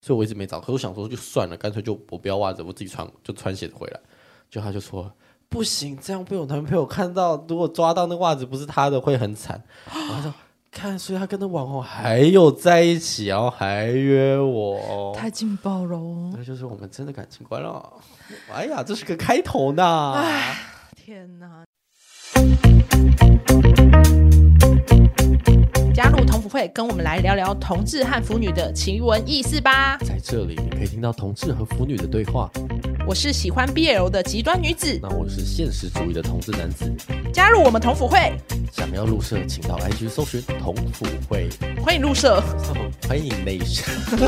所以我一直没找。可是我想说就算了，干脆就我不要袜子，我自己穿鞋子回来。就他就说不行，这样被我男朋友看到，如果抓到那袜子不是他的会很惨。然后他说看，所以他跟那网红还有在一起，然后还约我， 太劲爆了哦！ 那就是我们真的感情观了。哎呀，这是个开头呢！ 哎，天哪！加入同福会，跟我们来聊聊同志和腐女的奇闻异事吧。 在这里，你可以听到同志和腐女的对话。 我是喜欢 BL 的极端女子， 那我是现实主义的同志男子。 加入我们同福会， 想要入社，请到 IG 搜寻同福会， 欢迎入社。 欢迎内社。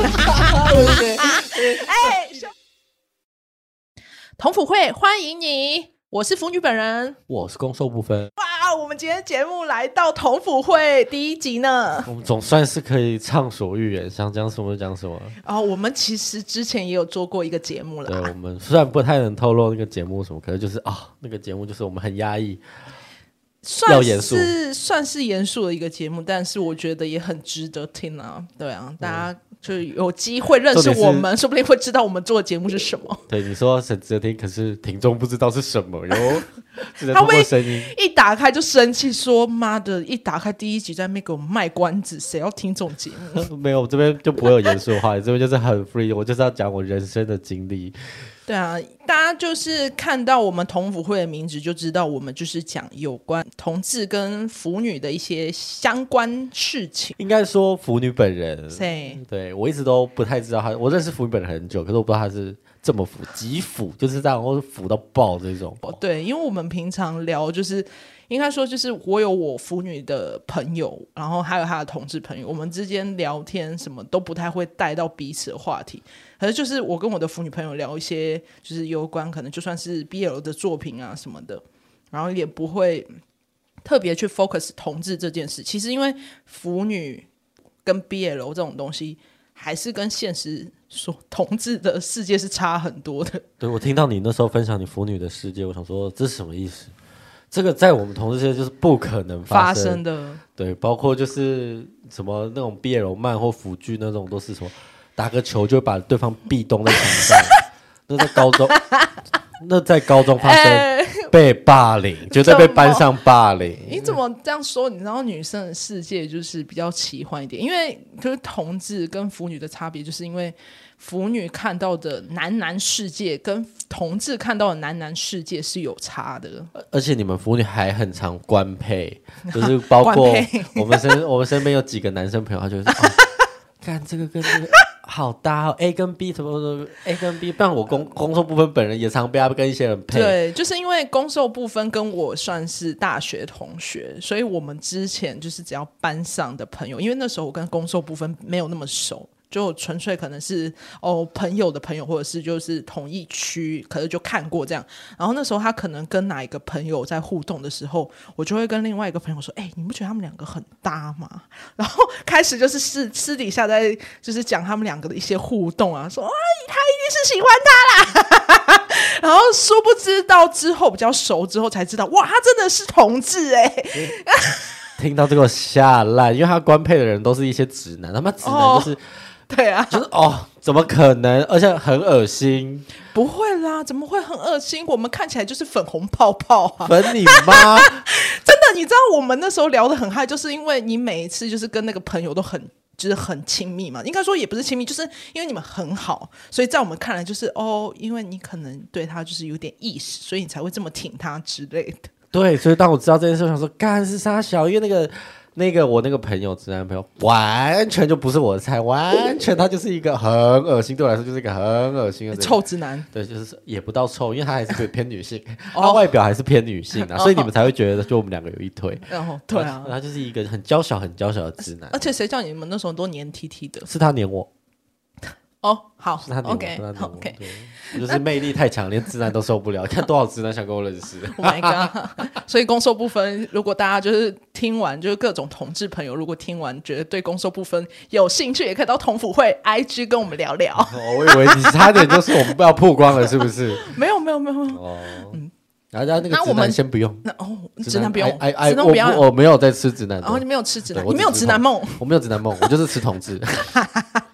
同福会欢迎你，我是腐女本人， 我是攻受不分。 哇，我们今天节目来到同福会第一集呢， 我们总算是可以畅所欲言，想讲什么就讲什么。 我们其实之前也有做过一个节目了， 对，我们虽然不太能透露那个节目什么，可是就是那个节目就是我们很压抑，要严肃， 算是严肃的一个节目，但是我觉得也很值得听啊。对啊，大家就有机会认识我们，说不定会知道我们做的节目是什么。 对，你说很值得听，可是听众不知道是什么哟，只能通过声音。 一打开就生气，说妈的！一打开第一集在那边给我卖关子，谁要听这种节目？ 没有，我这边就不会有严肃的话，这边就是很 free， 我就是要讲我人生的经历。 对啊，大家就是看到我们同福会的名字就知道我们就是讲有关同志跟腐女的一些相关事情。 应该说腐女本人，对，我一直都不太知道他，我认识腐女本人很久，可是我不知道他是这么腐，极腐，就是这样，或是腐到爆这种。 对，因为我们平常聊就是应该说就是我有我腐女的朋友，然后还有他的同志朋友，我们之间聊天什么都不太会带到彼此的话题，可是就是我跟我的腐女朋友聊一些就是有关可能就算是 BL 的作品啊什么的，然后也不会特别去 focus 同志这件事。其实因为腐女跟 BL 这种东西还是跟现实说同志的世界是差很多的。 对，我听到你那时候分享你腐女的世界，我想说这是什么意思？这个在我们同志世界就是不可能发生的。对， 包括就是什么那种 BL 漫或腐剧那种，都是什么打个球就会把对方壁咚在墙上。那在高中发生被霸凌，绝对被班上霸凌。 你怎么这样说？你知道女生的世界就是比较奇幻一点，因为就是同志跟腐女的差别，就是因为腐女看到的男世界跟同志看到的男世界是有差的。 而且你们腐女还很常官配，就是包括我们身边有几个男生朋友，他就会说看这个跟这个好搭哦 ，A 跟 B 什么什么 A 跟 B， 不然我攻受部分本人也常被他跟一些人配。 对，就是因为攻受部分跟我算是大学同学，所以我们之前就是只要班上的朋友，因为那时候我跟攻受部分没有那么熟。就纯粹可能是朋友的朋友，或者是就是同一区，可是就看过这样。然后那时候他可能跟哪一个朋友在互动的时候，我就会跟另外一个朋友说：“你不觉得他们两个很搭吗？”然后开始就是私底下在就是讲他们两个的一些互动啊，说：“他一定是喜欢他啦。”然后殊不知到之后比较熟之后才知道，哇，他真的是同志听到这个吓烂，因为他官配的人都是一些直男，他们直男就是。 对啊， 就是怎么可能？而且很恶心。 不会啦，怎么会很恶心？我们看起来就是粉红泡泡啊！ 粉你妈！ 真的，你知道我们那时候聊得很嗨，就是因为你每一次就是跟那个朋友都就是很亲密嘛。应该说也不是亲密，就是因为你们很好，所以在我们看来就是因为你可能对他就是有点意思，所以你才会这么挺他之类的。 对，所以当我知道这件事，我想说干是傻小，因为我那个朋友，直男朋友，完全就不是我的菜，完全他就是一个很恶心，对我来说就是一个很恶心的臭直男。 对，就是也不到臭，因为他还是偏女性，他外表还是偏女性所以你们才会觉得就我们两个有一腿。 对啊， 他就是一个很娇小的直男。 而且谁叫你们那时候都黏 T T 的？ 是他黏我。 好， 是他黏我 OK， 我就是魅力太强，连直男都受不了。看多少直男想跟我认识。 Oh my god！ 所以攻受不分，如果大家就是听完，就是各种同志朋友，如果听完觉得对攻受不分有兴趣，也可以到同福会 IG 跟我们聊聊。 我以为你差点就是我们不要曝光了，是不是？ 没有。 然后那个直男先不用。 直男不用。 直男不要。我没有在吃直男的。 你没有吃直男，你没有直男梦。 我没有直男梦，我就是吃同志。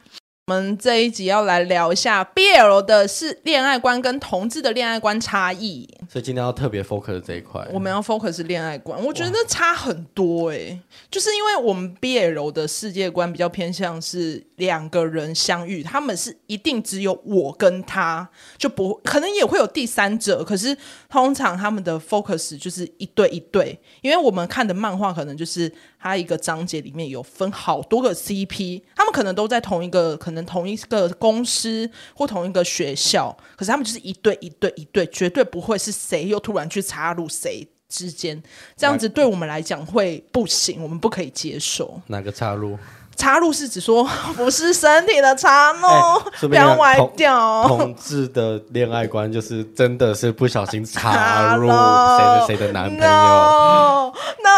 我们这一集要来聊一下 BL 的是恋爱观跟同志的恋爱观差异， 所以今天要特别 focus 这一块。 我们要 focus 恋爱观，我觉得差很多就是因为我们 BL 的世界观比较偏向是两个人相遇，他们是一定只有我跟他，就不可能也会有第三者，可是通常他们的 focus 就是一对一对，因为我们看的漫画可能就是它一个章节里面有分好多个 CP， 他们可能都在同一个公司或同一个学校，可是他们就是一对一对一对，绝对不会是谁又突然去插入谁之间，这样子对我们来讲会不行，我们不可以接受。 哪个插入？ 插入是指说不是身体的插入，不要歪掉。 同志的恋爱观就是真的是不小心插入谁的男朋友。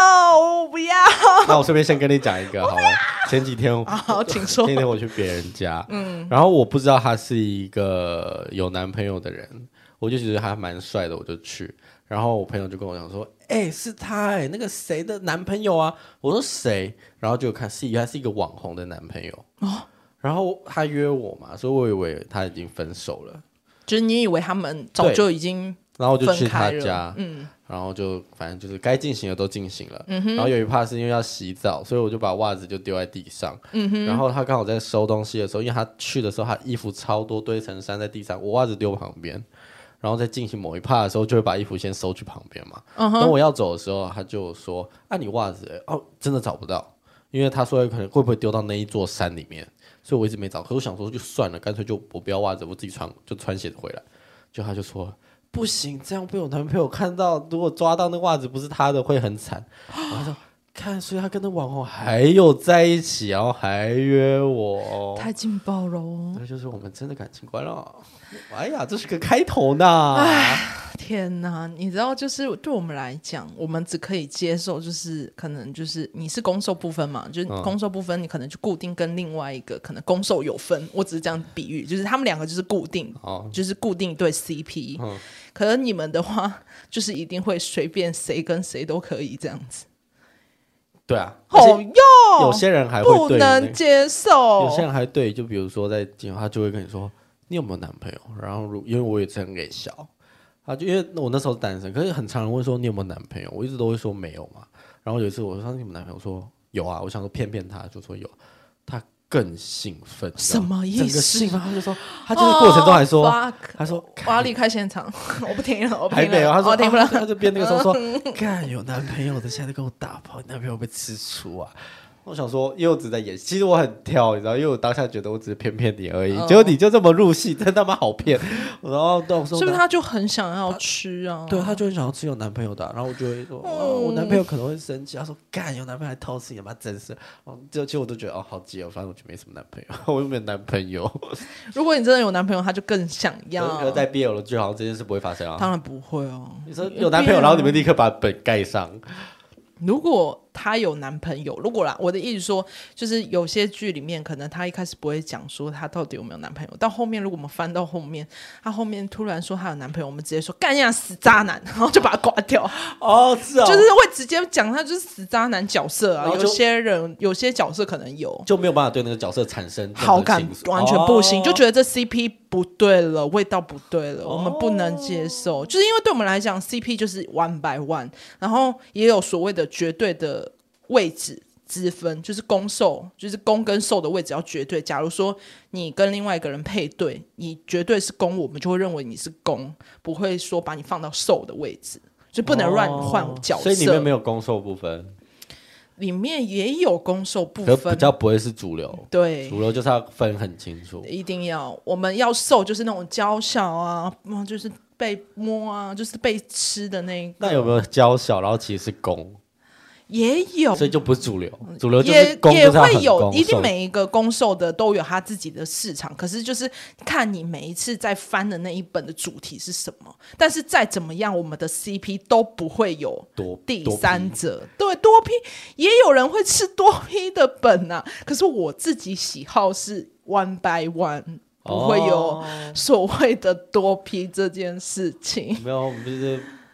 No， 不要。 那我顺便先跟你讲一个好了。前几天， 好，请说。 前几天我去别人家，然后我不知道他是一个有男朋友的人，我就觉得他蛮帅的，我就去。然后我朋友就跟我讲说：“是他那个谁的男朋友啊？”我说：“谁？”然后就看原来是一个网红的男朋友。然后他约我嘛，所以我以为他已经分手了。 就是你以为他们早就已经然后我就去他家，然后就反正就是该进行的都进行了。然后有一趴是因为要洗澡，所以我就把袜子就丢在地上。然后他刚好在收东西的时候，因为他去的时候他衣服超多堆成山在地上，我袜子丢旁边。然后在进行某一 part 的时候，就会把衣服先收去旁边嘛。等我要走的时候，他就说：“你袜子真的找不到，因为他说可能会不会丢到那一座山里面，所以我一直没找。可是我想说就算了，干脆就我不要袜子，我自己穿鞋子回来。就他就说不行，这样被我男朋友看到，如果抓到那袜子不是他的，会很惨。然后他说。”看，所以他跟那网红还有在一起，然后还约我， 太劲爆了这就是我们真的感情观了。哎呀，这是个开头呢！ 天哪，你知道，就是对我们来讲，我们只可以接受，就是可能就是你是攻受不分嘛，就是攻受不分，你可能就固定跟另外一个可能攻受有分。我只是这样比喻，就是他们两个就是固定，就是固定一对 CP。可是你们的话，就是一定会随便谁跟谁都可以这样子。 对啊，有些人还会不能接受， 有些人还对，就比如说在今后他就会跟你说你有没有男朋友，然后因为我也是很给小，他就因为我那时候是单身，可是很常人问说你有没有男朋友，我一直都会说没有嘛。然后有一次我说你有没有男朋友，说有啊，我想说骗他，就说有，他更兴奋， 什么意思？ 整个兴奋，他就说他就是过程中还说，他说我要离开现场，我不听了， 还没有，他说停不了， 他就边那个时候说，干有男朋友的现在都跟我打炮，你男朋友被吃醋啊。我想说，因为我只在演戏，其实我很挑，你知道，因为我当下觉得我只是骗你而已，结果你就这么入戏，真他妈好骗。然后我说， 是不是他就很想要吃啊？ 对，他就很想要吃有男朋友的，然后我就会说，我男朋友可能会生气。他说，干有男朋友还偷吃，你妈真是。其实我都觉得好急哦，反正我就没什么男朋友，我又没有男朋友。 如果你真的有男朋友，他就更想要。 可是在 BL 了，就好像这件事不会发生啊。 当然不会哦。 你说有男朋友，然后你们立刻把本盖上。 如果他有男朋友，如果啦，我的意思说，就是有些剧里面可能他一开始不会讲说他到底有没有男朋友，到后面如果我们翻到后面，他后面突然说他有男朋友，我们直接说干呀死渣男，然后就把他挂掉。 是哦， 就是会直接讲他就是死渣男角色啊。有些人有些角色可能有就没有办法对那个角色产生好感，完全不行，就觉得这 CP 不对了，味道不对了，我们不能接受。就是因为对我们来讲 CP 就是 one by one， 然后也有所谓的绝对的位置之分，就是攻受，就是攻跟受的位置要绝对。假如说你跟另外一个人配对，你绝对是攻，我们就会认为你是攻，不会说把你放到受的位置，就不能乱换角色。 所以里面没有攻受部分， 里面也有攻受部分， 可比较不会是主流。 对， 主流就是要分很清楚， 一定要我们要受就是那种娇小啊，就是被摸啊，就是被吃的那个。 那有没有娇小然后其实是攻？ 也有， 所以就不是主流，主流就是攻， 也会有， 攻一定每一个攻受的都有他自己的市场，可是就是看你每一次在翻的那一本的主题是什么。但是再怎么样，我们的 CP 都不会有第三者，对，多 P 也有人会吃多 P 的本啊，可是我自己喜好是 one by one，不会有所谓的多 P 这件事情。 没有，我们就是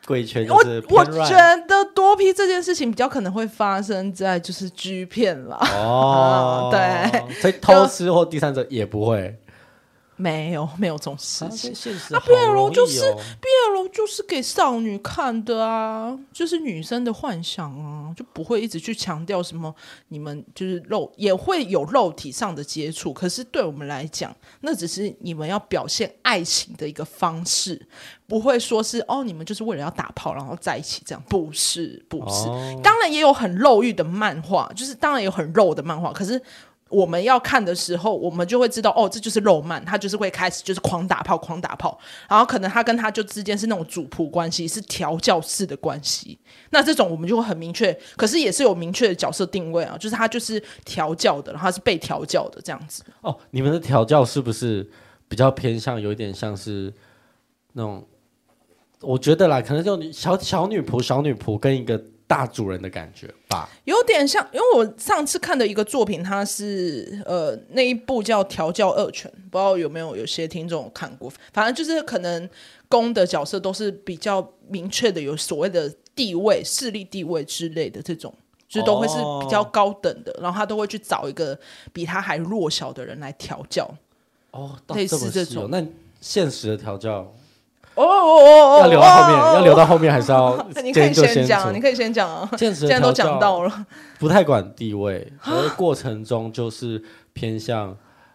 贵圈就是我偏乱觉得多批这件事情比较可能会发生在就是 G 片啦。对， 所以偷吃或第三者也不会。 没有这种事情。 现实好容易 BL 就是给少女看的啊，就是女生的幻想啊，就不会一直去强调什么你们就是也会有肉体上的接触，可是对我们来讲，那只是你们要表现爱情的一个方式，不会说是你们就是为了要打炮然后在一起这样，不是。当然也有很肉欲的漫画，就是当然有很肉的漫画，可是我们要看的时候，我们就会知道这就是肉漫，他就是会开始就是狂打炮，然后可能他跟他就之间是那种主仆关系，是调教式的关系。那这种我们就会很明确，可是也是有明确的角色定位啊，就是他就是调教的，然后他是被调教的这样子。 你们的调教是不是比较偏向有一点像是那种？我觉得啦，可能就小女仆跟一个大主人的感觉吧， 有点像。因为我上次看的一个作品，它是那一部叫《调教二犬》，不知道有些听众有看过。反正就是可能公的角色都是比较明确的有所谓的地位、势力地位之类的这种，就是都会是比较高等的，然后他都会去找一个比他还弱小的人来调教。类似这种。 那现实的调教要留到后面，要留到后面还是要你可以先讲，你可以先讲啊。 现实的现在都讲到了， 不太管地位，而过程中就是偏向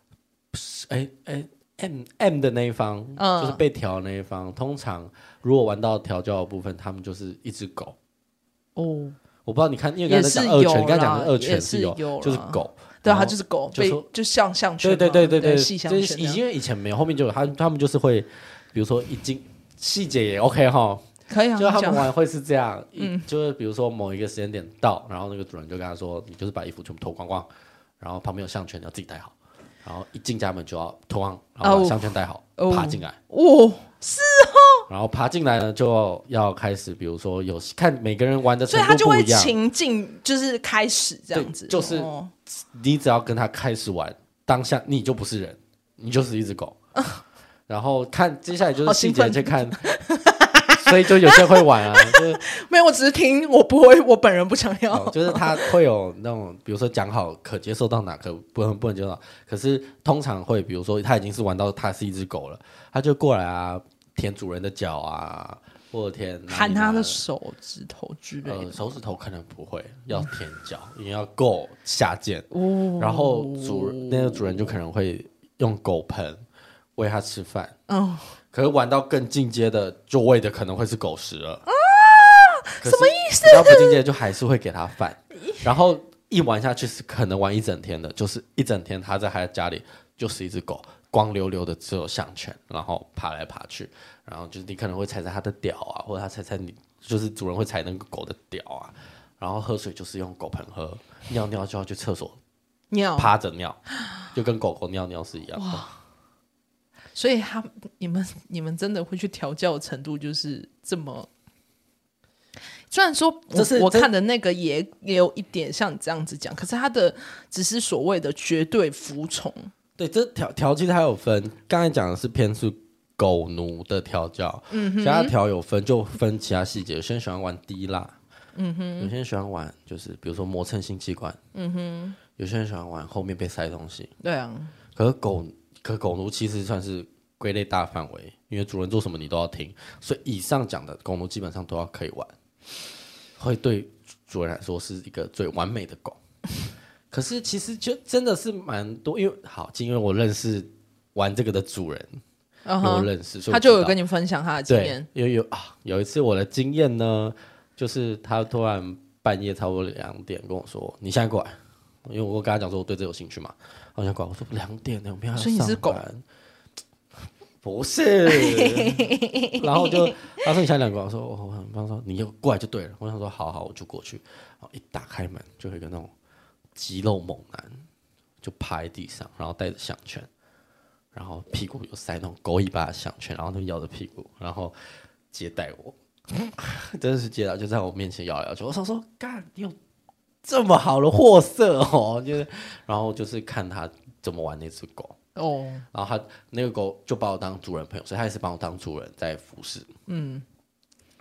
M 的那一方，就是被调的那一方。通常如果玩到调教的部分，他们就是一只狗。我不知道你看，因为刚才讲二犬，刚才讲的二犬是有，就是狗。 对，它就是狗，就像犬。 对， 细项犬。 因为以前没有，后面就有他们就是会，比如说已经。细节也 OK 哈， 可以啊。 就他们玩会是这样，就是比如说某一个时间点到，然后那个主人就跟他说：“你就是把衣服全部脱光光，然后旁边有项圈，你要自己戴好，然后一进家门就要脱光，然后把项圈戴好，爬进来。” 是然后爬进来呢，就要开始，比如说有看每个人玩的程度不一样， 所以他就会情境就是开始这样子， 就是你只要跟他开始玩，当下你就不是人，你就是一只狗。然后看接下来就是细节去看，所以就有些会玩啊，就是没有，我只是听，我不会，我本人不想要。 就是他会有那种，比如说讲好可接受到哪，不能接受到，可是通常会，比如说他已经是玩到他是一只狗了，他就过来啊，舔主人的脚啊，或者舔含他的手指头之类的。 手指头可能不会，要舔脚，因为要够下贱。然后那个主人就可能会用狗盆喂它吃饭，可是玩到更进阶的，就喂的可能会是狗食了什么意思？ 比较不进阶就还是会给它饭，然后一玩下去是可能玩一整天的，就是一整天他在他的家里就是一只狗，光溜溜的只有项圈，然后爬来爬去，然后就是你可能会踩在它的屌啊，或者它踩你，就是主人会踩那个狗的屌啊，然后喝水就是用狗盆喝，尿尿就要去厕所趴着尿，就跟狗狗尿尿是一样的。 所以你们真的会去调教的程度就是这么？虽然说我看的那个也有一点像你这样子讲，可是他的只是所谓的绝对服从。 对，这调其实还有分，刚才讲的是偏是狗奴的调教，其他调有分就分其他细节。有些人喜欢玩滴蜡，有些人喜欢玩就是比如说磨蹭性器官，有些人喜欢玩后面被塞东西。 对啊， 可狗奴其实算是归类大范围，因为主人做什么你都要听，所以以上讲的狗奴基本上都要可以玩，会对主人来说是一个最完美的狗。可是其实就真的是蛮多，因为我认识玩这个的主人，因为我认识，所以他就有跟你分享他的经验。 有一次我的经验呢，就是他突然半夜差不多2点跟我说：“你现在过来。”因为我跟他讲说我对这有兴趣嘛，然后想过来，我说2点了，我们要上班。 所以你是狗？ 不是，然后他说你现在2个，我说我帮说你就过来就对了。我想说好，我就过去。然后一打开门，就有一个那种肌肉猛男，就趴在地上，然后戴着项圈，然后屁股有塞那种狗尾巴的项圈，然后就摇着屁股，然后接待我，真的是接待，就在我面前摇来摇去。我想说，干，你有这么好的货色哦，然后就是看他怎么玩那只狗。然后他那个狗就把我当主人朋友，所以他也是帮我当主人在服侍。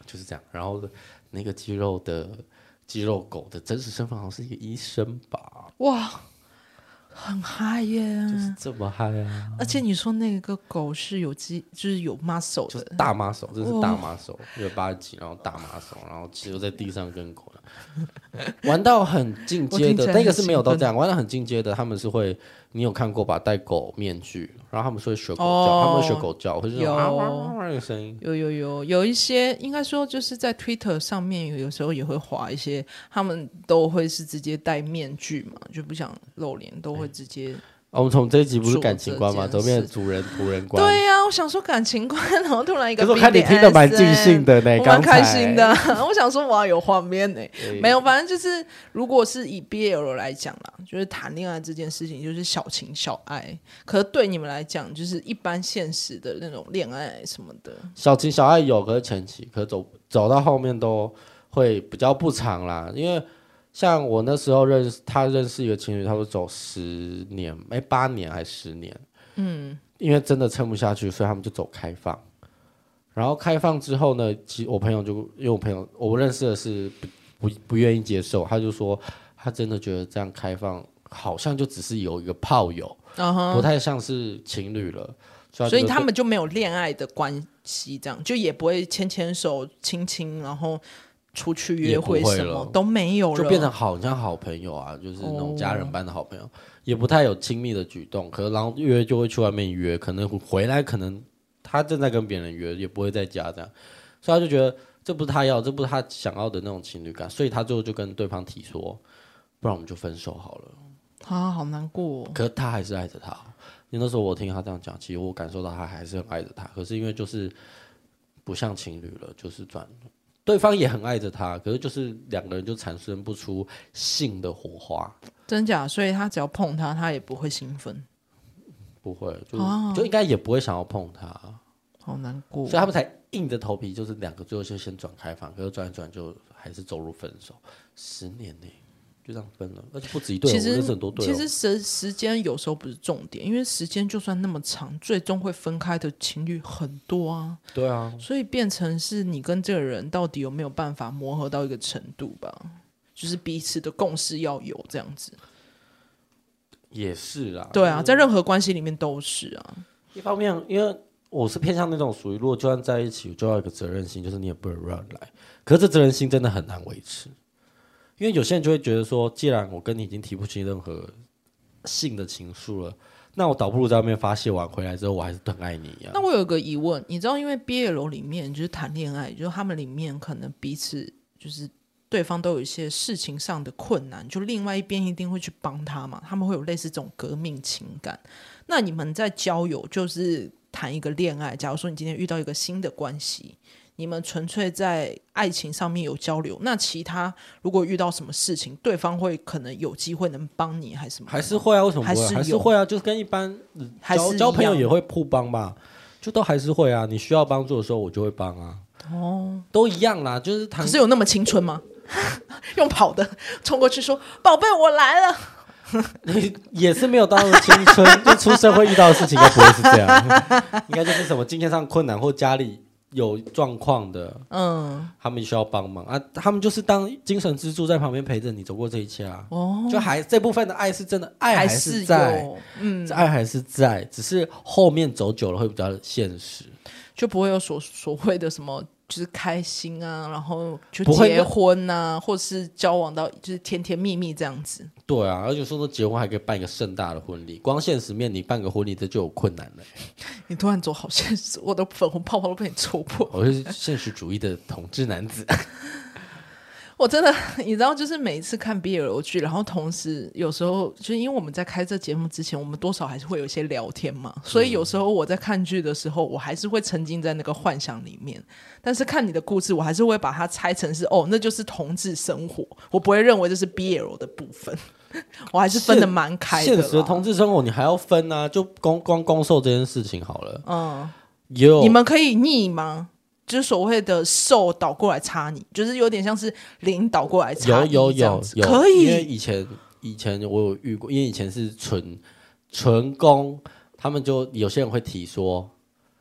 就是这样。然后那个肌肉狗的真实身份好像是一个医生吧？ 哇，很嗨耶！ 就是这么嗨啊！ 而且你说那个狗是有就是有 muscle 就是的， 大muscle，这是大muscle，180几，然后大muscle，然后骑在地上跟狗玩到很进阶的，那个是没有到这样，玩到很进阶的，他们是会，你有看过吧？戴狗面具，然后他们是会学狗叫，他们会学狗叫，会是那种那个声音。 有一些应该说就是在 Twitter 上面，有时候也会滑一些，他们都会是直接戴面具嘛，就不想露脸，都会直接。 我们从这一集不是感情观吗？都变成主人仆人观。 对呀，我想说感情观，然后突然一个， 可是我看你听得蛮尽兴的呢， 我蛮开心的。我想说哇，有画面呢。没有，反正就是如果是以 BL 来讲啦，就是谈恋爱这件事情就是小情小爱，可是对你们来讲，就是一般现实的那种恋爱什么的， 小情小爱有，可是前期，可是走到后面都会比较不长啦，因为。像我那时候认识一个情侣，他们走10年，8年还10年，因为真的撑不下去，所以他们就走开放。然后开放之后呢，其实我朋友就因为我认识的是不愿意接受，他就说他真的觉得这样开放好像就只是有一个炮友，不太像是情侣了， 所以他们就没有恋爱的关系，这样就也不会牵手、亲亲，然后。出去约会什么都没有了， 就变成像好朋友啊，就是那种家人般的好朋友，也不太有亲密的举动。可是然后约就会去外面约，可能回来，可能他正在跟别人约，也不会在家这样，所以他就觉得这不是他要，这不是他想要的那种情侣感，所以他最后就跟对方提说，不然我们就分手好了。 啊，好难过。 可是他还是爱着他，因为那时候我听他这样讲，其实我感受到他还是很爱着他，可是因为就是不像情侣了，就是转。对方也很爱着他，可是就是两个人就产生不出性的火花， 真假？所以他只要碰他，他也不会兴奋， 不会，就应该也不会想要碰他， 好难过。 所以他们才硬着头皮，就是两个最后就先转开放，可是转一转就还是走入分手，10年呢。就这样分了，而且不止一对，我认识很多对。 其实时间有时候不是重点，因为时间就算那么长，最终会分开的情侣很多啊。 对啊， 所以变成是你跟这个人到底有没有办法磨合到一个程度吧？就是彼此的共识要有这样子。 也是啦， 对啊，在任何关系里面都是啊。 一方面，因为我是偏向那种属于，如果就算在一起，就要有一个责任心，就是你也不能乱来。可是这责任心真的很难维持。因为有些人就会觉得说，既然我跟你已经提不起任何性的情愫了，那我倒不如在外面发泄完回来之后，我还是很爱你一样。 那我有个疑问，你知道，因为 BL 里面就是谈恋爱，就是他们里面可能彼此就是对方都有一些事情上的困难，就另外一边一定会去帮他嘛，他们会有类似这种革命情感。那你们在交友就是谈一个恋爱，假如说你今天遇到一个新的关系。你们纯粹在爱情上面有交流，那其他如果遇到什么事情，对to可能有机会能帮你，还是什么？ 还是会啊？为什么不会？还是会啊？就是跟一般交朋友也会互帮吧，就都还是会啊。你需要帮助的时候，我就会帮啊。哦，都一样啦，就是可是有那么青春吗？用跑的冲过去说：“宝贝，我来了。” 也是没有到那么青春，就出社会遇到的事情应该不会是这样，应该就是什么经济上困难或家里。有状况的，他们需要帮忙啊，他们就是当精神支柱在旁边陪着你走过这一切啊。就这部分的爱是真的，爱还是在，爱还是在，只是后面走久了会比较现实， 就不会有所谓的什么。就是开心啊，然后就结婚啊，或是交往到就是甜甜蜜蜜这样子。 对啊，而且说结婚还可以办一个盛大的婚礼，光现实面你办个婚礼这就有困难了。 你突然走好现实，我的粉红泡泡都被你戳破。 我是现实主义的统治男子。 我真的，你知道，就是每一次看 BL 剧，然后同时有时候，就是因为我们在开这节目之前，我们多少还是会有一些聊天嘛，所以有时候我在看剧的时候，我还是会沉浸在那个幻想里面。但是看你的故事，我还是会把它拆成是那就是同志生活，我不会认为这是 BL 的部分，我还是分得蛮开的。 现实的同志生活你还要分啊，就光攻受这件事情好了。 你们可以逆吗？就是所谓的受倒过来插你，就是有点像是零倒过来插你有可以。 因为以前我有遇过，因为以前是纯攻，他们就有些人会提说，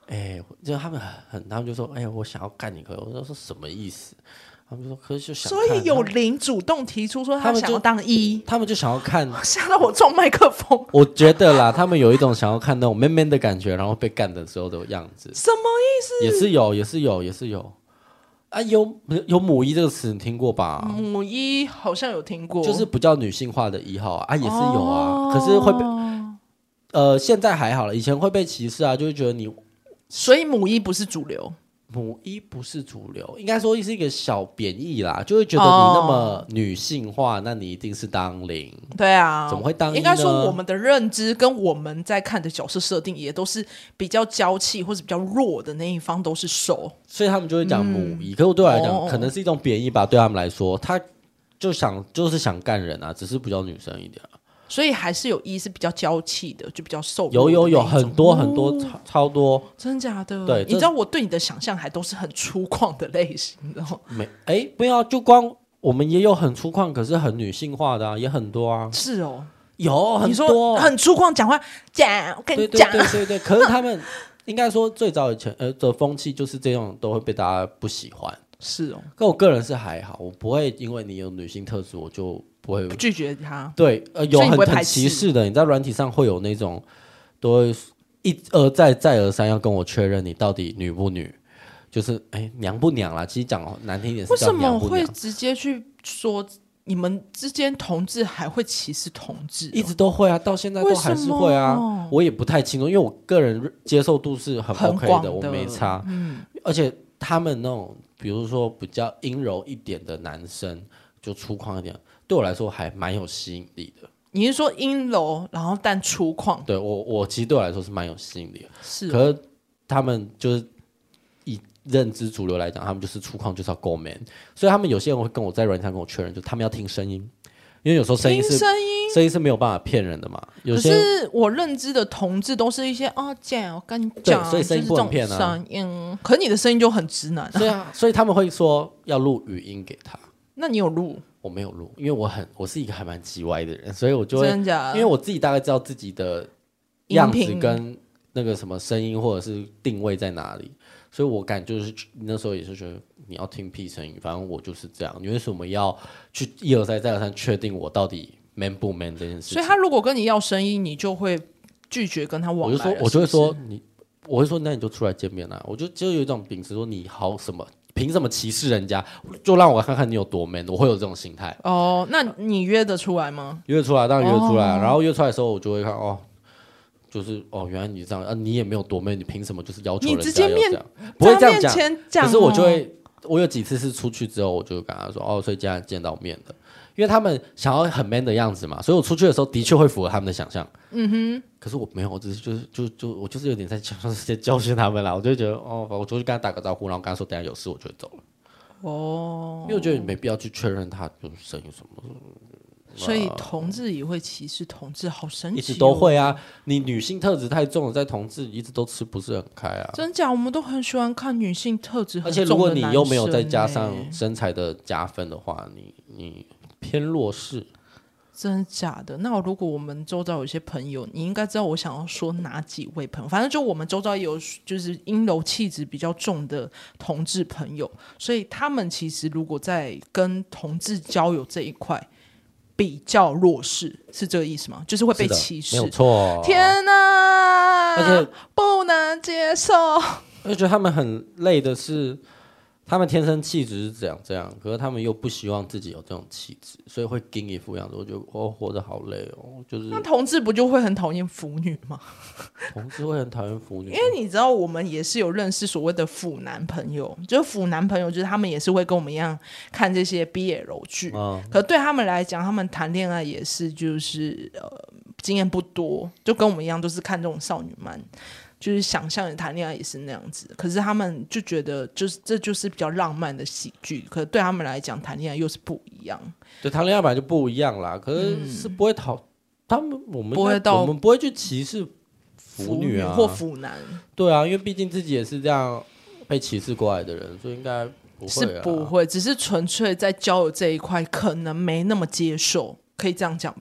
就他们他们就说，我想要干你，可我就说什么意思？他们就说，可是就想看。 所以有零主动提出说他想要当一， 他们就想要看， 吓到我撞麦克风。 我觉得啦，他们有一种想要看那种 man man 的感觉，然后被干的时候的样子。 什么意思？ 也是有。啊，有母一这个词你听过吧？ 母一好像有听过， 就是不叫女性化的一号啊，也是有啊，可是会被现在还好了，以前会被歧视啊，就会觉得你， 所以母一不是主流， 母一不是主流，应该说是一个小贬义啦，就会觉得你那么女性化，那你一定是当零。 对啊， 怎么会当一呢？ 应该说我们的认知跟我们在看的角色设定也都是比较娇气或是比较弱的那一方都是受， 所以他们就会讲母一。可是对我来讲，可能是一种贬义吧，对他们来说，他就是想干人啊，只是比较女生一点啊。 所以还是有一是比较娇气的，就比较瘦。 有很多很多超多， 真假的？ 对， 你知道我对你的想象还都是很粗犷的类型的。 不要就光我们也有很粗犷，可是很女性化的啊，也很多啊。 是哦， 有很多， 你说很粗犷讲话，我跟你讲， 对。可是他们应该说最早以前的风气就是这种，都会被大家不喜欢。 是哦， 可我个人是还好，我不会因为你有女性特质，我就不会拒绝他。 对，有很歧视的，你在软体上会有那种，都会一而再再而三要跟我确认你到底女不女，就是娘不娘啦。其实讲难听一点是叫娘不娘。 为什么会直接去说你们之间同志还会歧视同志？ 一直都会啊，到现在都还是会啊。我也不太清楚，因为我个人接受度是很 OK 的，我没差。而且他们那种，比如说比较阴柔一点的男生，就粗犷一点，对我来说还蛮有吸引力的。 你是说阴柔，然后但粗犷？ 对我其实对我来说是蛮有吸引力的。 是， 可是他们就是以认知主流来讲，他们就是粗犷就是要够 man， 所以他们有些人会跟我在软件上跟我确认，就他们要听声音，因为有时候声音是没有办法骗人的嘛。可是我认知的同志都是一些姐，我跟你讲， 对，所以声音不能骗啊。 声音，可是你的声音就很直男啊。所以他们会说要录语音给他。 那你有录？ 我没有录，因为我是一个还蛮叽歪的人，所以我就会， 真假的？ 因为我自己大概知道自己的样子跟那个什么声音或者是定位在哪里，所以我感觉就是那时候也是觉得你要听屁声音，反正我就是这样。你为什么要去一而再再而三确定我到底 man 不 man 这件事情？ 所以他如果跟你要声音，你就会拒绝跟他往来。 我就会说我会说那你就出来见面啊！我就有一种秉持说你好什么。凭什么歧视人家？就让我看看你有多 man， 我会有这种心态。 那你约得出来吗？ 约得出来，当然约得出来。然后约出来的时候，我就会看就是原来你这样你也没有多 man， 你凭什么就是要求人家要这样？不会这样讲。可是我就会，我有几次是出去之后，我就跟他说所以今天见到面的，因为他们想要很 man 的样子嘛，所以我出去的时候的确会符合他们的想象。可是我没有，我只是我就是有点在教训他们啦。我就觉得我就去跟他打个招呼，然后跟他说等一下有事我就会走了。因为我觉得你没必要去确认他有声音什么。 所以同志也会歧视同志，好神奇。 一直都会啊，你女性特质太重了，在同志一直都吃不是很开啊。 真假？我们都很喜欢看女性特质很重的男生。 而且如果你又没有再加上身材的加分的话，你偏弱势。 真的假的？那如果我们周遭有一些朋友，你应该知道我想要说哪几位朋友。反正就我们周遭也有就是阴柔气质比较重的同志朋友，所以他们其实如果在跟同志交友这一块比较弱势，是这个意思吗？就是会被歧视。 没有错。 天哪！ 而且不能接受。 我觉得他们很累的是。他们天生气质是这样，可是他们又不希望自己有这种气质，所以会跟一副样子。我觉得活得好累哦，就是那同志不就会很讨厌腐女吗？ 同志会很讨厌腐女， 因为你知道我们也是有认识所谓的腐男朋友，就是腐男朋友，就是他们也是会跟我们一样看这些 BL 剧，可对他们来讲，他们谈恋爱也是就是经验不多，就跟我们一样都是看这种少女漫。就是想象的谈恋爱也是那样子，可是他们就觉得这就是比较浪漫的喜剧，可是对他们来讲谈恋爱又是不一样。 对，谈恋爱本来就不一样啦，可是是不会我们不会去歧视腐女啊或腐男。 对啊，因为毕竟自己也是这样被歧视过来的人，所以应该不会是不会，只是纯粹在交友这一块可能没那么接受，可以这样讲吧？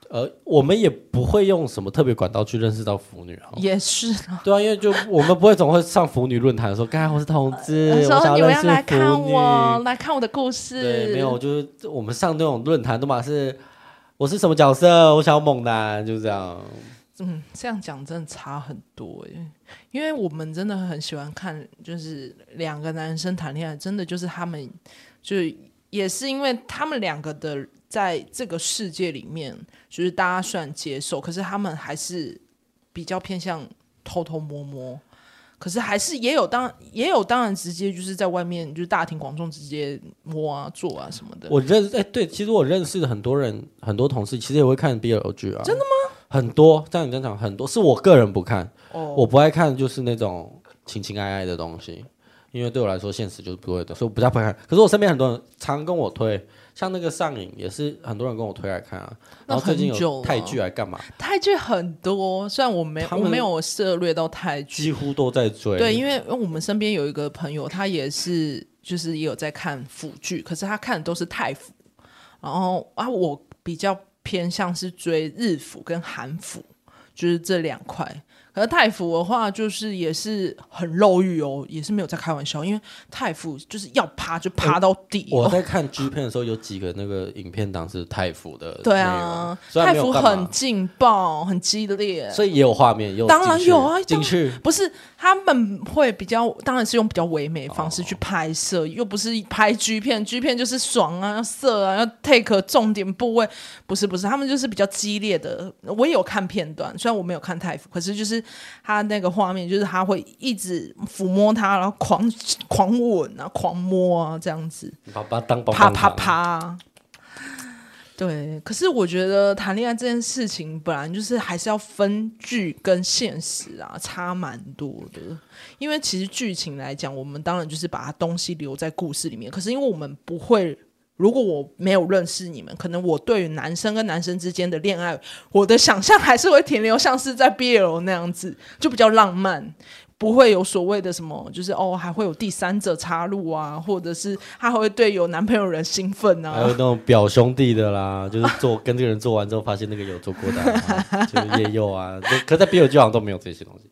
我们也不会用什么特别管道去认识到腐女啊。 也是啊， 对啊，因为就我们不会总会上腐女论坛说，刚才我是同志，我想说你们要认识来看腐女， 我，来看我的故事。 对，没有，就是我们上那种论坛都嘛是我是什么角色，我想要猛男，就这样。 这样讲真的差很多耶，因为我们真的很喜欢看，就是两个男生谈恋爱，真的就是他们就也是因为他们两个的在这个世界里面，就是大家虽然接受，可是他们还是比较偏向偷偷摸摸。可是还是也有当然直接就是在外面就是大庭广众直接摸啊做啊什么的。 对，其实我认识的很多人很多同事其实也会看 BL 剧啊。真的吗？很多，这样你这样讲很多，是我个人不看，我不爱看就是那种情情爱爱的东西，因为对我来说现实就是不会的，所以我比较不爱看。可是我身边很多人常跟我推，像那个上瘾也是很多人跟我推来看啊。然后最近有泰剧来干嘛？ 泰剧很多，虽然我没有涉猎到泰剧， 几乎都在追。 对，因为我们身边有一个朋友，他也是就是也有在看腐剧，可是他看的都是泰腐，然后我比较偏向是追日腐跟韩腐，就是这两块。可是泰腐的话，就是也是很肉欲哦，也是没有在开玩笑，因为泰腐就是要趴就趴到底。 我在看 G 片的时候，有几个那个影片档是泰腐的， 对啊，泰腐很劲爆，很激烈， 所以也有画面， 当然有啊， 进去不是他们会比较，当然是用比较唯美的方式去拍摄，又不是拍 G 片，G 片就是爽啊，要色啊，要 take 重点部位，不是，他们就是比较激烈的。我也有看片段，虽然我没有看泰腐，可是就是他那个画面，就是他会一直抚摸他，然后狂吻啊，狂摸啊，这样子， 把它当棒啪棒糖啪啪。对，可是我觉得谈恋爱这件事情本来就是还是要分剧跟现实啊，差蛮多的。因为其实剧情来讲，我们当然就是把东西留在故事里面，可是因为我们不会，如果我没有认识你们，可能我对于男生跟男生之间的恋爱，我的想象还是会停留像是在 BL 那样子，就比较浪漫。不会有所谓的什么，就是还会有第三者插入啊，或者是他会对有男朋友人兴奋啊， 还有那种表兄弟的啦，就是跟这个人做完之后，发现那个有做过的、啊，就是也有啊。可在 BL 剧好像都没有这些东西。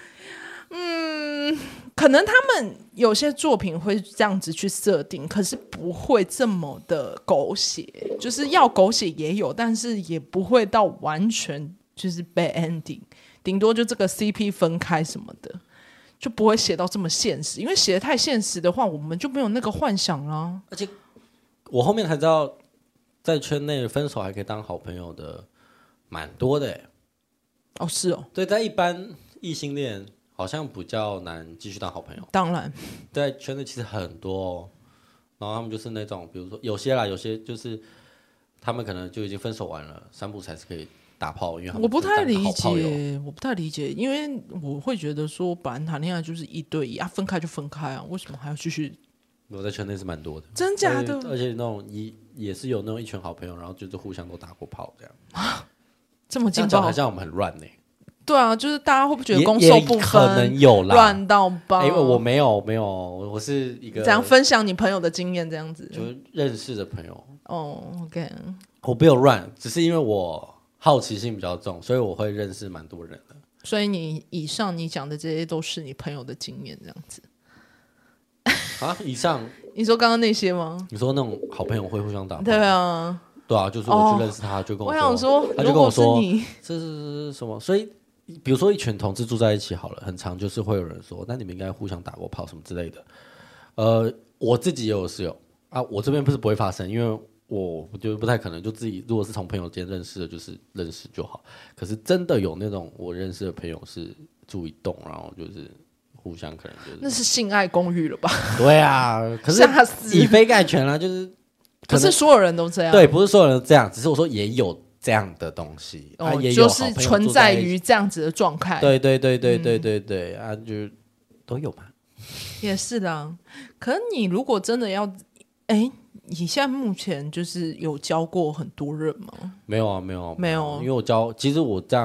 可能他们有些作品会这样子去设定，可是不会这么的狗血，就是要狗血也有，但是也不会到完全就是 bad ending， 顶多就这个 CP 分开什么的。就不会写到这么现实，因为写得太现实的话，我们就没有那个幻想啦。 而且我后面才知道，在圈内分手还可以当好朋友的蛮多的耶。 哦，是哦。 对，在一般异性恋好像比较难继续当好朋友。 当然， 在圈内其实很多哦，然后他们就是那种，比如说有些就是他们可能就已经分手完了，3步才是可以打炮，因为他们我不太理解，因为我会觉得说，本来谈恋爱就是1对1啊，分开就分开啊，为什么还要继续？ 我在圈内是蛮多的， 真假的？ 而且那种也是有那种一群好朋友，然后就是互相都打过炮这样。 这么劲爆， 好像我们很乱呢。 对啊，就是大家会不会觉得攻受不分？ 可能有啦， 乱到爆。 我没有，我是一个怎样分享你朋友的经验这样子， 就认识的朋友。 OK， 我没有乱，只是因为我好奇心比较重，所以我会认识蛮多人的。 所以以上你讲的这些都是你朋友的经验，这样子啊？以上你说刚刚那些吗？ 你说那种好朋友会互相打炮？ 对啊， 对啊，就是我去认识他，就跟我说， 我想说， 他就跟我说你这是什么？所以比如说一群同志住在一起好了，很常就是会有人说，那你们应该互相打过炮什么之类的。我自己也有室友啊，我这边不会发生，因为我觉得不太可能，就自己如果是从朋友间认识的，就是认识就好。可是真的有那种我认识的朋友是住一栋，然后就是互相可能就是那是性爱公寓了吧？ 对啊，可是以非概全啦，就是不是所有人都这样， 对，不是所有人都这样，只是我说也有这样的东西，也有就是存在于这样子的状态。 对啊，就都有嘛。 也是的，可是你如果真的要，你现在目前就是有交过很多人吗？ 没有，因为其实我这样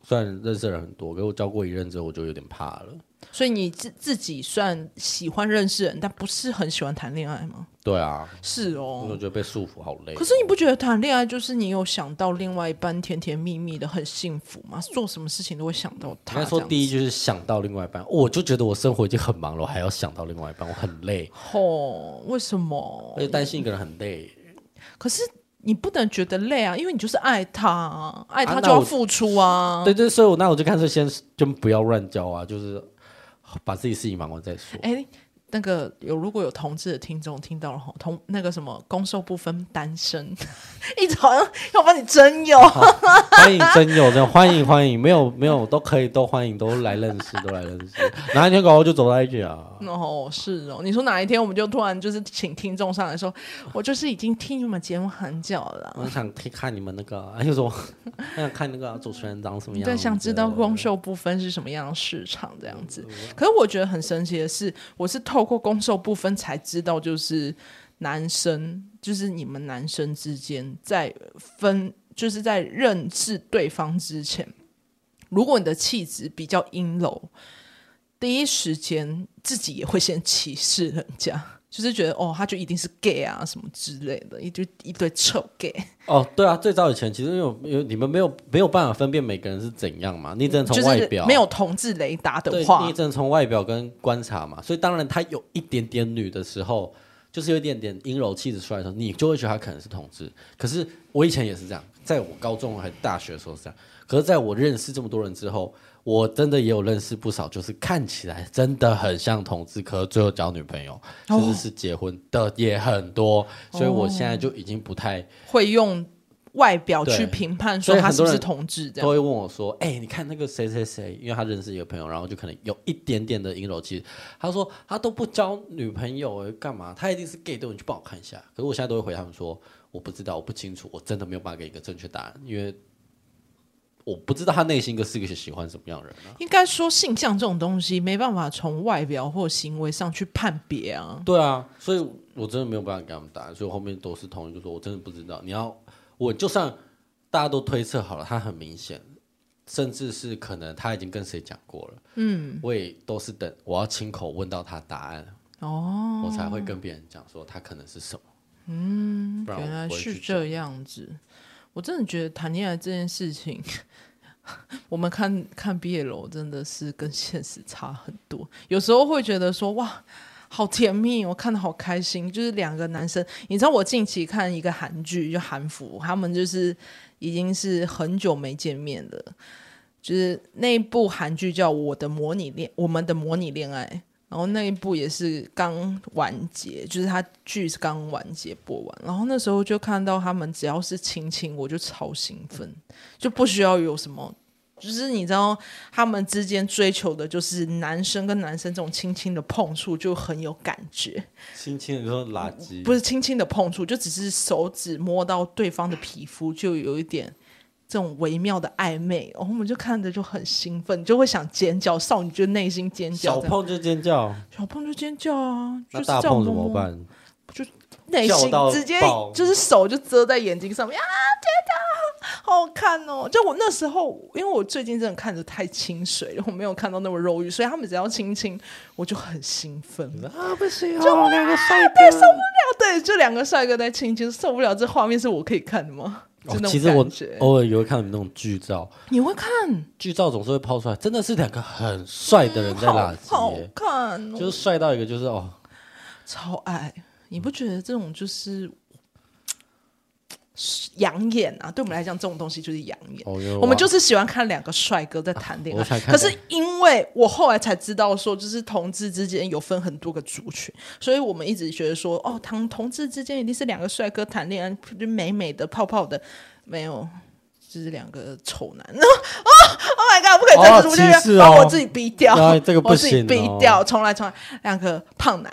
虽然认识的人很多，可是我交过一任之后，我就有点怕了。 所以你自己算喜欢认识人，但不是很喜欢谈恋爱吗？ 对啊， 是哦， 我觉得被束缚好累。 可是你不觉得谈恋爱就是你有想到另外一半甜甜蜜蜜的很幸福吗？做什么事情都会想到他。 应该说第一就是想到另外一半，我就觉得我生活已经很忙了，我还要想到另外一半，我很累。 为什么？ 而且担心一个人很累。 可是你不能觉得累啊，因为你就是爱他啊，爱他就要付出啊。 对，所以我就干脆先就不要乱交啊，就是把自己事情忙完再说。 那个如果有同志的听众听到了哈，那个什么攻受不分单身，一直好像要帮你征友， 欢迎征友，真的欢迎，没有都可以，都欢迎，都来认识，哪一天搞好就走在一起啊？ 是哦，你说哪一天我们就突然就是请听众上来说，我就是已经听你们节目很久了， 我想看你们那个，就说想看那个主持人长什么样子， 对，想知道攻受不分是什么样的市场这样子。可是我觉得很神奇的是，我是透过攻受不分才知道，就是男生，就是你们男生之间就是在认识对方之前，如果你的气质比较阴柔，第一时間自己也会先歧视人家，就是觉得他就一定是 gay 啊什么之类的，一堆臭 gay。 对啊，最早以前其实因为你们没有办法分辨每个人是怎样嘛，你只能从外表， 就是没有同志雷达的话， 你只能从外表跟观察嘛，所以当然他有一点点女的时候，就是有一点点阴柔气质出来的时候，你就会觉得他可能是同志。可是我以前也是这样，在我高中还大学的时候是这样，可是在我认识这么多人之后，我真的也有认识不少，就是看起来真的很像同志，可是最后交女朋友，甚至是结婚的也很多，所以我现在就已经不太会用外表去评判说他是不是同志，这样都会问我说：“你看那个谁谁谁，因为他认识一个朋友，然后就可能有一点点的阴柔气质。他说他都不交女朋友，干嘛？他一定是 gay 的，你去帮我看一下。可是我现在都会回他们说，我不知道，我不清楚，我真的没有办法给一个正确答案，因为我不知道他内心是个喜欢什么样的人啊。 应该说性向这种东西没办法从外表或行为上去判别啊。 对啊，所以我真的没有办法给他们答案，所以我后面都是同意，就说我真的不知道。我就算大家都推测好了，他很明显，甚至是可能他已经跟谁讲过了，我也都是等我要亲口问到他答案，我才会跟别人讲说他可能是什么。 原来是这样子。我真的觉得谈恋爱这件事情，我们看 BL 真的是跟现实差很多。有时候会觉得说哇，好甜蜜，我看得好开心。就是两个男生，你知道我近期看一个韩剧，就韩服，他们就是已经是很久没见面了。就是那一部韩剧叫我们的模拟恋爱。然后那一部也是刚完结，就是他剧是刚完结播完，然后那时候就看到他们只要是亲亲，我就超兴奋，就不需要有什么，就是你知道他们之间追求的就是男生跟男生这种轻轻的碰触就很有感觉。 轻轻的说垃圾， 不是轻轻的碰触，就只是手指摸到对方的皮肤，就有一点这种微妙的暧昧，然后我们就看着就很兴奋，就会想尖叫，少女就内心尖叫， 小碰就尖叫， 小碰就尖叫啊， 那大碰怎么办？ 就内心直接就是手就遮在眼睛上面啊，天哪，好好看哦！就我那时候，因为我最近真的看着太清水了，我没有看到那么肉欲，所以他们只要亲亲，我就很兴奋啊！不行哦，两个帅哥受不了，对，就两个帅哥在亲亲，受不了，这画面是我可以看的吗？ 其实我偶尔也会看你们那种剧照， 你会看剧照总是会抛出来，真的是两个很帅的人在拉鸡， 好看哦， 就是帅到一个就是超爱，你不觉得这种就是养眼啊？对我们来讲，这种东西就是养眼。我们就是喜欢看两个帅哥在谈恋爱。可是因为我后来才知道说，就是同志之间有分很多个族群，所以我们一直觉得说，同志之间一定是两个帅哥谈恋爱，就美美的泡泡的，没有。就是两个丑男，Oh my god！ 不可以再出去，把我自己逼掉， 这个不行， 我自己逼掉，重来，两个胖男，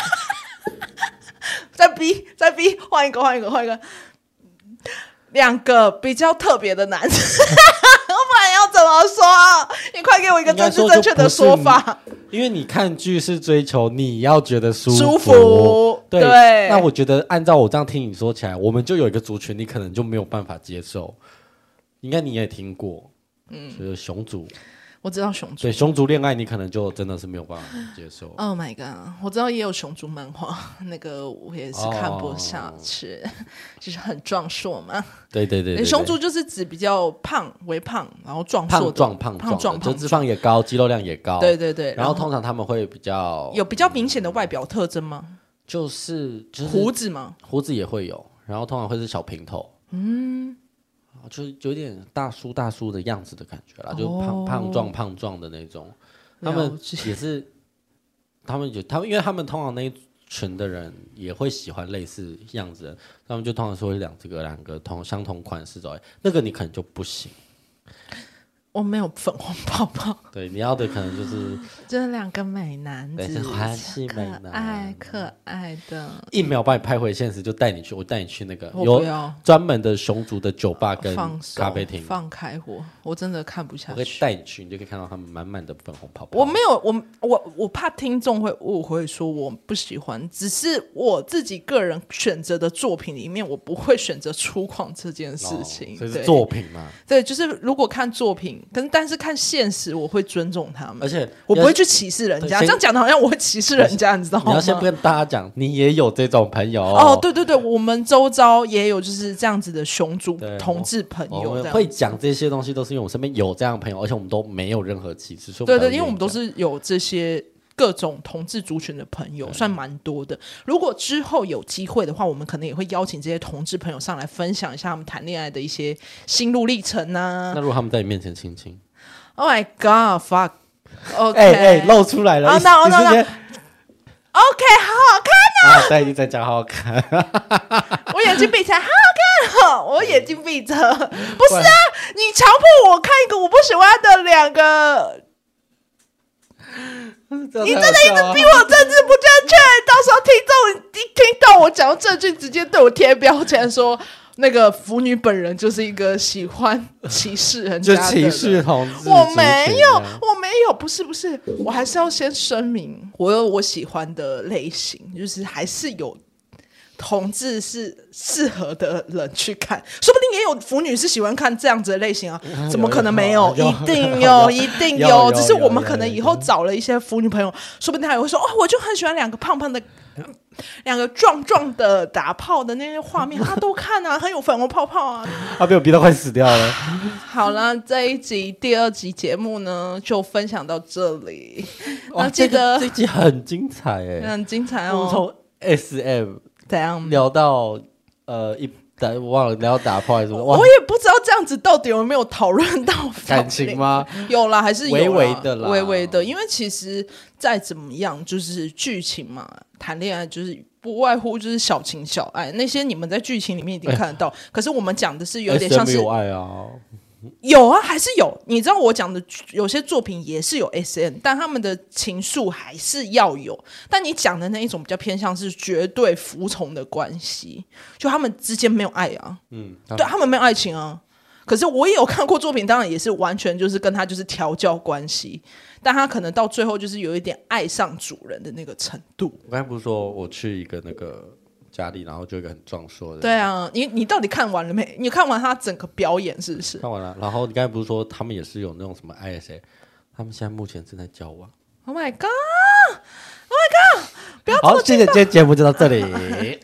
再逼，换一个，两个比较特别的男，不然要怎么说？你快给我一个政治正确的说法。 因为你看剧是追求你要觉得舒服，对。 那我觉得按照我这样听你说起来，我们就有一个族群，你可能就没有办法接受。应该你也听过， 就是熊族。 我知道熊族， 对熊族恋爱，你可能就真的是没有办法接受。 Oh my god！ 我知道也有熊族漫画，那个我也是看不下去，就是很壮硕嘛。 对， 熊族就是指比较微胖，然后壮胖硕壮，就脂肪也高，肌肉量也高。 对。 然后通常他们会比较有比较明显的外表特征吗？ 就是胡子吗？ 胡子也会有，然后通常会是小平头。就是有点大叔的样子的感觉啦，就胖壮的那种。他们也是，他们因为他们通常那一群的人也会喜欢类似样子的，他们就通常是会两个相同款式走，那个你可能就不行。 我没有粉红泡泡， 对，你要的可能就是这两个美男子， 对，是欢喜美男， 可爱的， 一秒把你拍回现实，就带你去那个有专门的熊族的酒吧跟咖啡厅， 放开火，我真的看不下去。 我可以带你去，你就可以看到他们满满的粉红泡泡。 我没有，我怕听众会误会说我不喜欢，只是我自己个人选择的作品里面，我不会选择粗犷这件事情。 这是作品嘛？ 对，就是如果看作品。但是看现实，我会尊重他们， 而且我不会去歧视人家。这样讲的好像我会歧视人家，你知道吗？ 你要先跟大家讲，你也有这种朋友哦。对，我们周遭也有就是这样子的熊族同志朋友。 我们会讲这些东西，都是因为我身边有这样的朋友，而且我们都没有任何歧视。 对，因为我们都是有这些各种同志族群的朋友，算蛮多的。如果之后有机会的话，我们可能也会邀请这些同志朋友上来分享一下他们谈恋爱的一些心路历程啊。 那如果他们在你面前亲亲 ，Oh my God, fuck！ OK， 露出来了。 OK， 好好看啊！对，你在讲好好看。 我眼睛闭起来，好好看。我眼睛闭着。不是啊，你强迫我看一个我不喜欢的两个。你真的一直逼我政治不正确，到时候听众一听到我讲正确，直接对我贴标签说那个腐女本人就是一个喜欢歧视人家的人， 就歧视同志。 我没有，不是，我还是要先声明，我有我喜欢的类型，就是还是有同志是适合的人去看，说不定也有腐女是喜欢看这样子的类型啊，怎么可能没有？一定有，只是我们可能以后找了一些腐女朋友，说不定他也会说哦，我就很喜欢两个胖胖的。两个壮壮的打炮的那些画面，他都看啊，很有粉红泡泡啊。 他被我逼到快死掉了。 好了，这一集第2集节目呢，就分享到这里。 那记得这一集很精彩很精彩哦。 我们从 SM 怎样聊到我忘了聊打炮还是什么， 我也不知道这样子到底有没有讨论到感情吗？ 有啦，还是有啦，微微的，因为其实再怎么样，就是剧情嘛，谈恋爱就是不外乎就是小情小爱，那些你们在剧情里面一定看得到。可是我们讲的是有点像是 SM 有爱啊。 有啊，还是有。你知道我讲的有些作品也是有 SM， 但他们的情愫还是要有。但你讲的那一种比较偏向是绝对服从的关系，就他们之间没有爱啊。对，他们没有爱情啊。可是我也有看过作品，当然也是完全就是跟他就是调教关系，但他可能到最后就是有一点爱上主人的那个程度。 我刚才不是说我去一个那个家里，然后就一个很壮硕的。 对啊，你到底看完了没？你看完他整个表演是不是？ 看完了。然后你刚才不是说他们也是有那种什么 ISA， 他们现在目前正在交往。 Oh my god！ 不要这么好，谢谢，今天节目就到这里。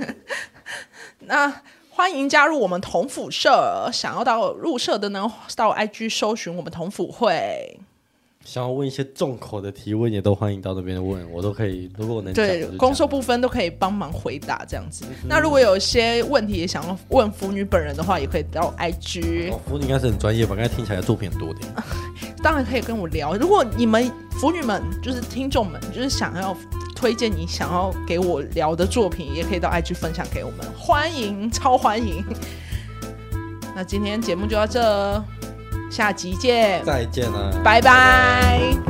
那欢迎加入我们同腐社，想要入社的呢，到 IG 搜寻我们同腐会。 想要问一些重口的提问，也都欢迎到那边问，我都可以。如果我能讲， 对，攻受部分都可以帮忙回答这样子。那如果有一些问题也想要问腐女本人的话，也可以到 IG。 腐女应该是很专业吧？刚才听起来作品很多的。 当然可以跟我聊。如果你们腐女们就是听众们，就是想要推荐你想要给我聊的作品，也可以到 IG 分享给我们，欢迎，超欢迎。那今天节目就到这。下集见， 再见了， 拜拜。